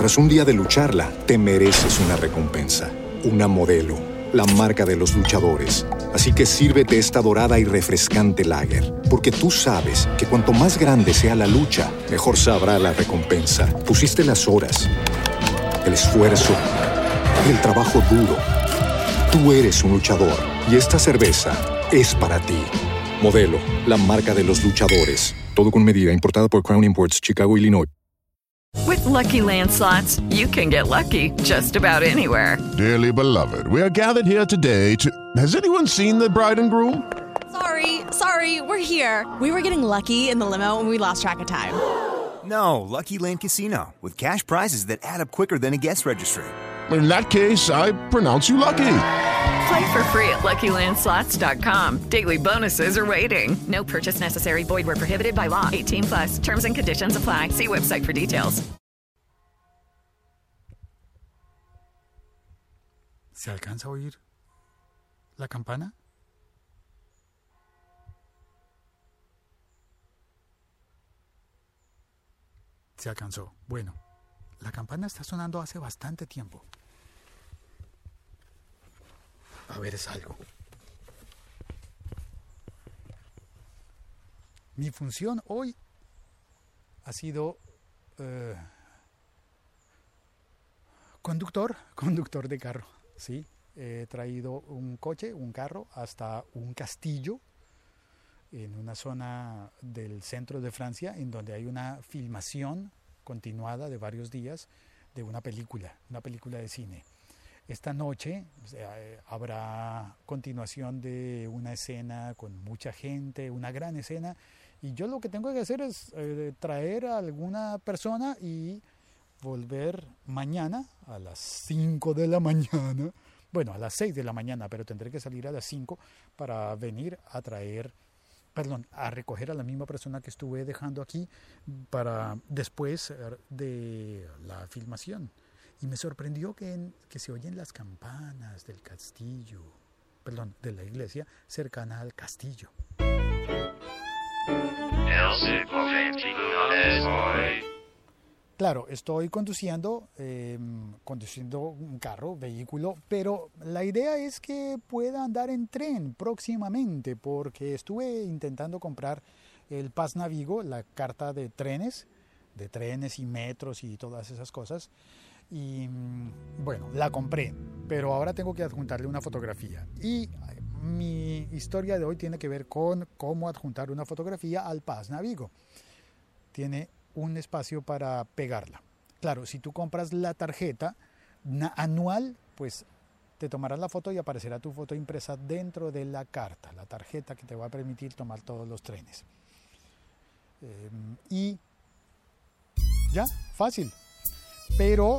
tras un día de lucharla, te mereces una recompensa. Una Modelo, la marca de los luchadores. Así que sírvete esta dorada y refrescante lager, porque tú sabes que cuanto más grande sea la lucha, mejor sabrá la recompensa. Pusiste las horas, el esfuerzo, el trabajo duro. Tú eres un luchador y esta cerveza es para ti. Modelo, la marca de los luchadores. Todo con medida, importada por Crown Imports, Chicago, Illinois. With Lucky Land Slots, you can get lucky just about anywhere. Dearly beloved, we are gathered here today to... Has anyone seen the bride and groom? Sorry, we're here. We were getting lucky in the limo and we lost track of time. No, Lucky Land Casino, with cash prizes that add up quicker than a guest registry. In that case, I pronounce you lucky. Play for free at LuckyLandSlots.com. Daily bonuses are waiting. No purchase necessary. Void where prohibited by law. 18+. Terms and conditions apply. See website for details. ¿Se alcanza a oír la campana? Se alcanzó. Bueno, la campana está sonando hace bastante tiempo. A ver, es algo. Mi función hoy ha sido conductor de carro, ¿sí? He traído un carro, hasta un castillo en una zona del centro de Francia, en donde hay una filmación continuada de varios días de una película de cine. Esta noche habrá continuación de una escena con mucha gente, una gran escena, y yo lo que tengo que hacer es traer a alguna persona y volver mañana a las 5 de la mañana, bueno, a las 6 de la mañana, pero tendré que salir a las 5 para venir a recoger a la misma persona que estuve dejando aquí para después de la filmación. Y me sorprendió que se oyen las campanas del castillo, de la iglesia cercana al castillo. Claro, estoy conduciendo un vehículo, pero la idea es que pueda andar en tren próximamente, porque estuve intentando comprar el Pass Navigo, la carta de trenes y metros y todas esas cosas. Y bueno, la compré, pero ahora tengo que adjuntarle una fotografía. Y mi historia de hoy tiene que ver con cómo adjuntar una fotografía al Pass Navigo. Tiene un espacio para pegarla. Claro, si tú compras la tarjeta anual, pues te tomarás la foto y aparecerá tu foto impresa dentro de la carta, la tarjeta que te va a permitir tomar todos los trenes. Y ya, fácil. Pero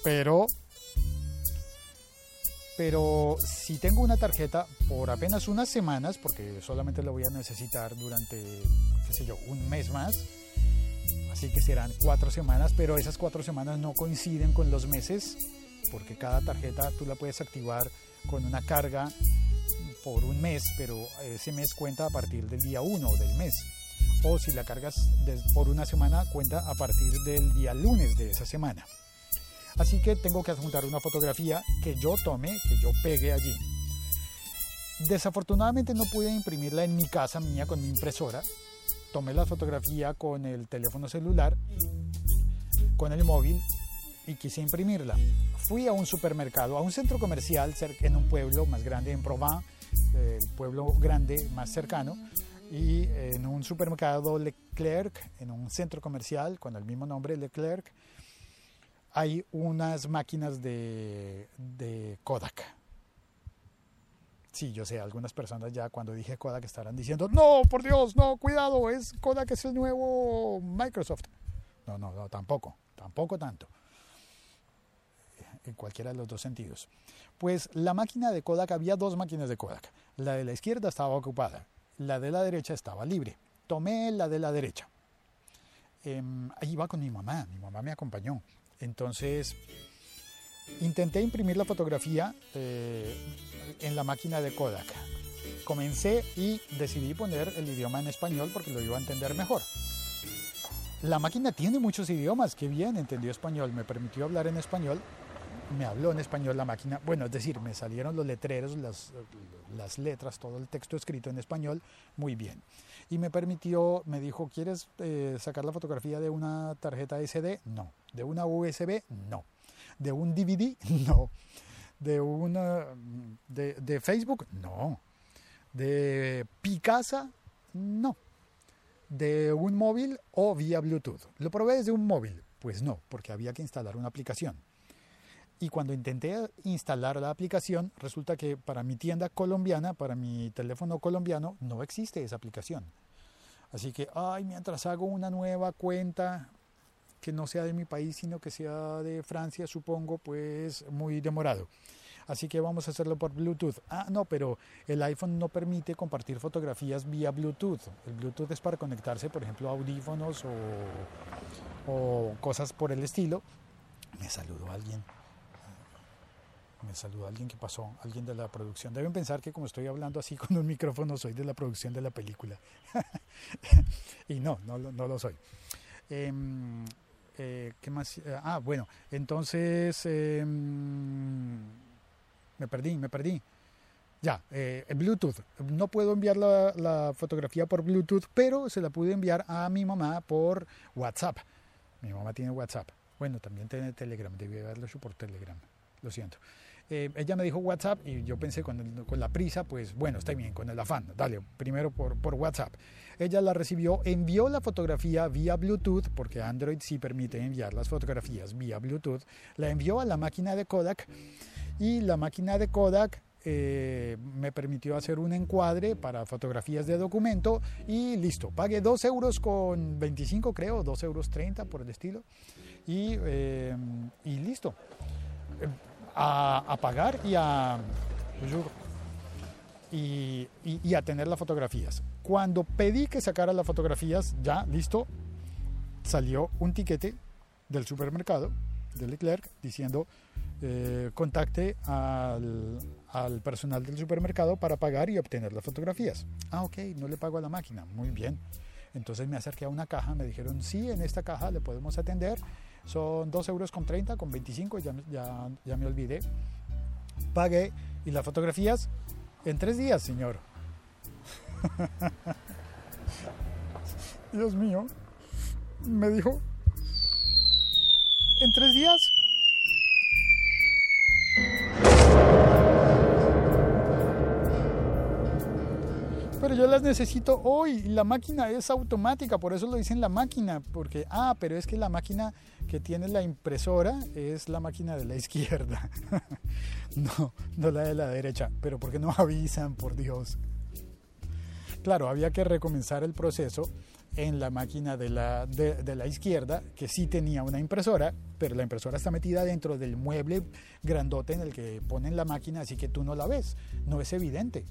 si tengo una tarjeta por apenas unas semanas, porque solamente la voy a necesitar durante, un mes más, así que serán 4 semanas, pero esas 4 semanas no coinciden con los meses, porque cada tarjeta tú la puedes activar con una carga por un mes, pero ese mes cuenta a partir del día 1 del mes. O si la cargas por una semana, cuenta a partir del día lunes de esa semana. Así que tengo que adjuntar una fotografía que yo tome, que yo pegue allí. Desafortunadamente no pude imprimirla en mi casa mía con mi impresora. Tomé la fotografía con el teléfono celular, con el móvil, y quise imprimirla. Fui a un supermercado, a un centro comercial en un pueblo más grande, en Provence, el pueblo grande más cercano, y en un supermercado Leclerc, en un centro comercial con el mismo nombre, Leclerc, hay unas máquinas de Kodak. Sí, yo sé, algunas personas ya cuando dije Kodak estarán diciendo, no, por Dios, no, cuidado, Kodak es el nuevo Microsoft. No, tampoco tanto. En cualquiera de los dos sentidos. Pues la máquina de Kodak, había 2 máquinas de Kodak. La de la izquierda estaba ocupada, la de la derecha estaba libre. Tomé la de la derecha. Ahí iba con mi mamá me acompañó. Entonces intenté imprimir la fotografía en la máquina de Kodak. Comencé y decidí poner el idioma en español porque lo iba a entender mejor. La máquina tiene muchos idiomas, qué bien, entendió español, me permitió hablar en español, me habló en español la máquina, bueno, es decir, me salieron los letreros, las letras, todo el texto escrito en español, muy bien. Y me permitió, me dijo, ¿quieres sacar la fotografía de una tarjeta SD? No. ¿De una USB? No. ¿De un DVD? No. ¿De Facebook? No. ¿De Picasa? No. ¿De un móvil o vía Bluetooth? ¿Lo probé desde un móvil? Pues no, porque había que instalar una aplicación. Y cuando intenté instalar la aplicación, resulta que para mi tienda colombiana, para mi teléfono colombiano, no existe esa aplicación. Así que, mientras hago una nueva cuenta que no sea de mi país, sino que sea de Francia, supongo, pues muy demorado. Así que vamos a hacerlo por Bluetooth. No, pero el iPhone no permite compartir fotografías vía Bluetooth. El Bluetooth es para conectarse, por ejemplo, a audífonos o cosas por el estilo. Me saludó alguien. ¿Qué pasó? Alguien de la producción. Deben pensar que como estoy hablando así con un micrófono, soy de la producción de la película. Y no lo soy. ¿Qué más? Bueno, entonces... Me perdí. Ya, Bluetooth. No puedo enviar la fotografía por Bluetooth, pero se la pude enviar a mi mamá por WhatsApp. Mi mamá tiene WhatsApp. Bueno, también tiene Telegram. Debí haberlo hecho por Telegram. Lo siento. Ella me dijo WhatsApp y yo pensé con la prisa, pues bueno, está bien, con el afán. Dale, primero por WhatsApp. Ella la recibió, envió la fotografía vía Bluetooth, porque Android sí permite enviar las fotografías vía Bluetooth. La envió a la máquina de Kodak. Y la máquina de Kodak me permitió hacer un encuadre para fotografías de documento y listo. Pagué 2,25 €, creo, 2,30 € por el estilo. Y listo. A pagar y a tener las fotografías. Cuando pedí que sacara las fotografías, ya listo, salió un tiquete del supermercado, de Leclerc, diciendo... contacte al personal del supermercado para pagar y obtener las fotografías. Ok, no le pago a la máquina, muy bien. Entonces me acerqué a una caja, me dijeron, sí, en esta caja le podemos atender, son 2,30 €, con 25, ya me olvidé. Pagué y las fotografías en 3 días, señor. Dios mío, me dijo, ¿en 3 días? Pero yo las necesito hoy, la máquina es automática, por eso lo dicen la máquina, porque, pero es que la máquina que tiene la impresora es la máquina de la izquierda, no la de la derecha, pero ¿por qué no avisan, por Dios? Claro, había que recomenzar el proceso en la máquina de la izquierda, que sí tenía una impresora, pero la impresora está metida dentro del mueble grandote en el que ponen la máquina, así que tú no la ves, no es evidente.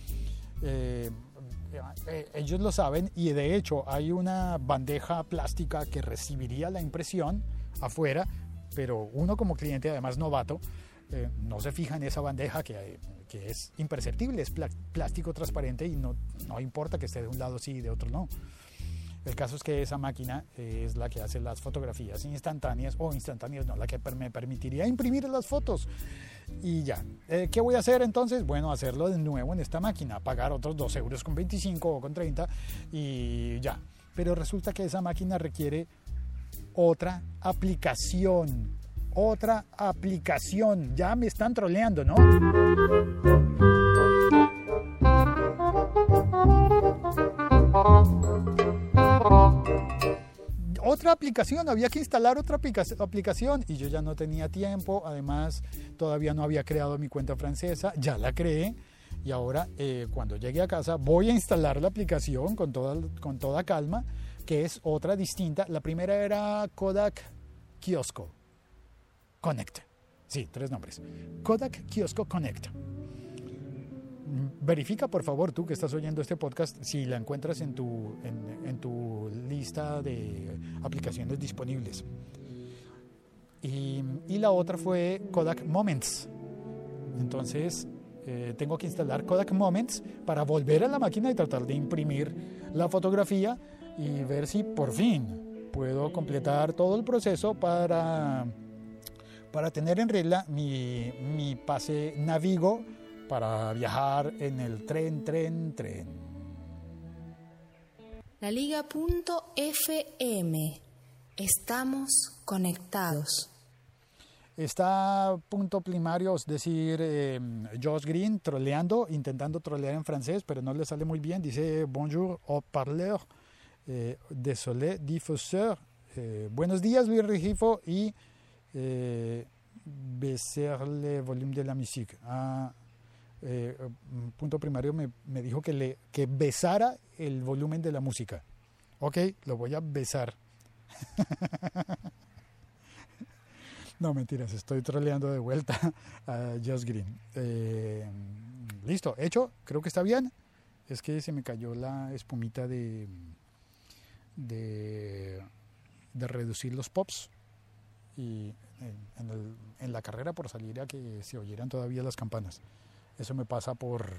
Ellos lo saben y de hecho hay una bandeja plástica que recibiría la impresión afuera, pero uno como cliente, además novato, no se fija en esa bandeja que es imperceptible, es plástico transparente y no importa que esté de un lado sí y de otro no. El caso es que esa máquina es la que hace las fotografías instantáneas, la que me permitiría imprimir las fotos. Y ya, ¿qué voy a hacer entonces? Bueno, hacerlo de nuevo en esta máquina, pagar otros 2,25 € o con 30 y ya. Pero resulta que esa máquina requiere otra aplicación. Ya me están troleando, ¿no? Otra aplicación, había que instalar otra aplicación y yo ya no tenía tiempo, además todavía no había creado mi cuenta francesa, ya la creé y ahora cuando llegue a casa voy a instalar la aplicación con toda calma, que es otra distinta. La primera era Kodak Kiosko Connect, sí, 3 nombres, Kodak Kiosko Connect. Verifica por favor tú que estás oyendo este podcast si la encuentras en tu lista de aplicaciones disponibles. Y la otra fue Kodak Moments. Entonces tengo que instalar Kodak Moments para volver a la máquina y tratar de imprimir la fotografía y ver si por fin puedo completar todo el proceso para tener en regla mi pase Navigo para viajar en el tren. LaLiga.fm. Estamos conectados. Está punto primario, es decir, Josh Green intentando trolear en francés, pero no le sale muy bien. Dice bonjour au parleur, désolé diffuseur. Buenos días, Luis Regifo, y baisser le volume de la musique. Punto primario me dijo que besara el volumen de la música. Ok, lo voy a besar. No, mentiras, estoy troleando de vuelta a Josh Green. Listo, hecho, creo que está bien. Es que se me cayó la espumita de reducir los pops y en la carrera por salir a que se oyeran todavía las campanas. Eso me pasa por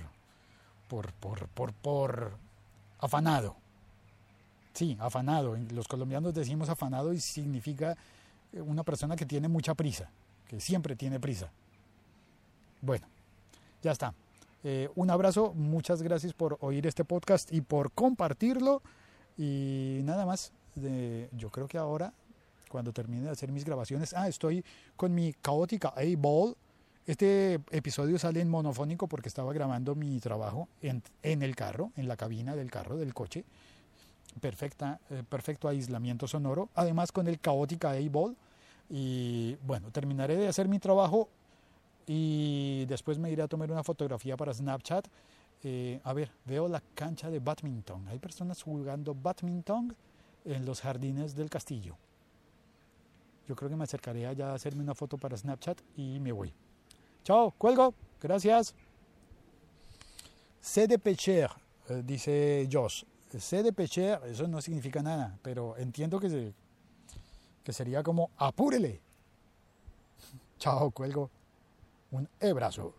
afanado. Sí, afanado. Los colombianos decimos afanado y significa una persona que tiene mucha prisa, que siempre tiene prisa. Bueno, ya está. Un abrazo, muchas gracias por oír este podcast y por compartirlo. Y nada más, yo creo que ahora, cuando termine de hacer mis grabaciones, estoy con mi caótica A-Ball. Este episodio sale en monofónico porque estaba grabando mi trabajo en el carro, en la cabina del carro, del coche. Perfecto aislamiento sonoro, además con el caótica A-Ball. Y bueno, terminaré de hacer mi trabajo y después me iré a tomar una fotografía para Snapchat. Veo la cancha de bádminton. Hay personas jugando bádminton en los jardines del castillo. Yo creo que me acercaré allá a hacerme una foto para Snapchat y me voy. Chao, cuelgo, gracias. C'est de pécher, dice Josh. C'est de pécher, eso no significa nada, pero entiendo que sería como apúrele. Chao, cuelgo. Un abrazo.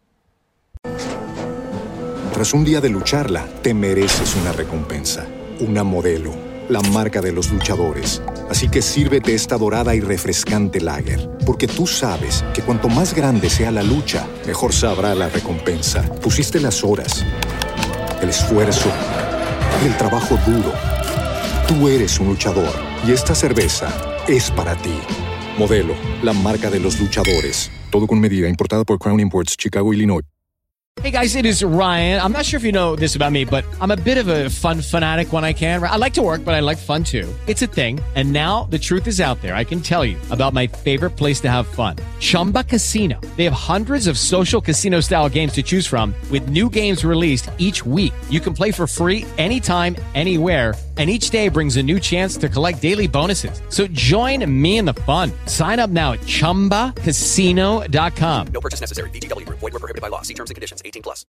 Tras un día de lucharla, te mereces una recompensa, una Modelo, la marca de los luchadores. Así que sírvete esta dorada y refrescante lager, porque tú sabes que cuanto más grande sea la lucha, mejor sabrá la recompensa. Pusiste las horas, el esfuerzo, el trabajo duro. Tú eres un luchador y esta cerveza es para ti. Modelo, la marca de los luchadores. Todo con medida, importada por Crown Imports, Chicago, Illinois. Hey guys, it is Ryan. I'm not sure if you know this about me, but I'm a bit of a fun fanatic when I can. I like to work, but I like fun too. It's a thing. And now the truth is out there. I can tell you about my favorite place to have fun. Chumba Casino. They have hundreds of social casino style games to choose from with new games released each week. You can play for free anytime, anywhere. And each day brings a new chance to collect daily bonuses. So join me in the fun. Sign up now at ChumbaCasino.com. No purchase necessary. VGW Group. Void where prohibited by law. See terms and conditions. 18+.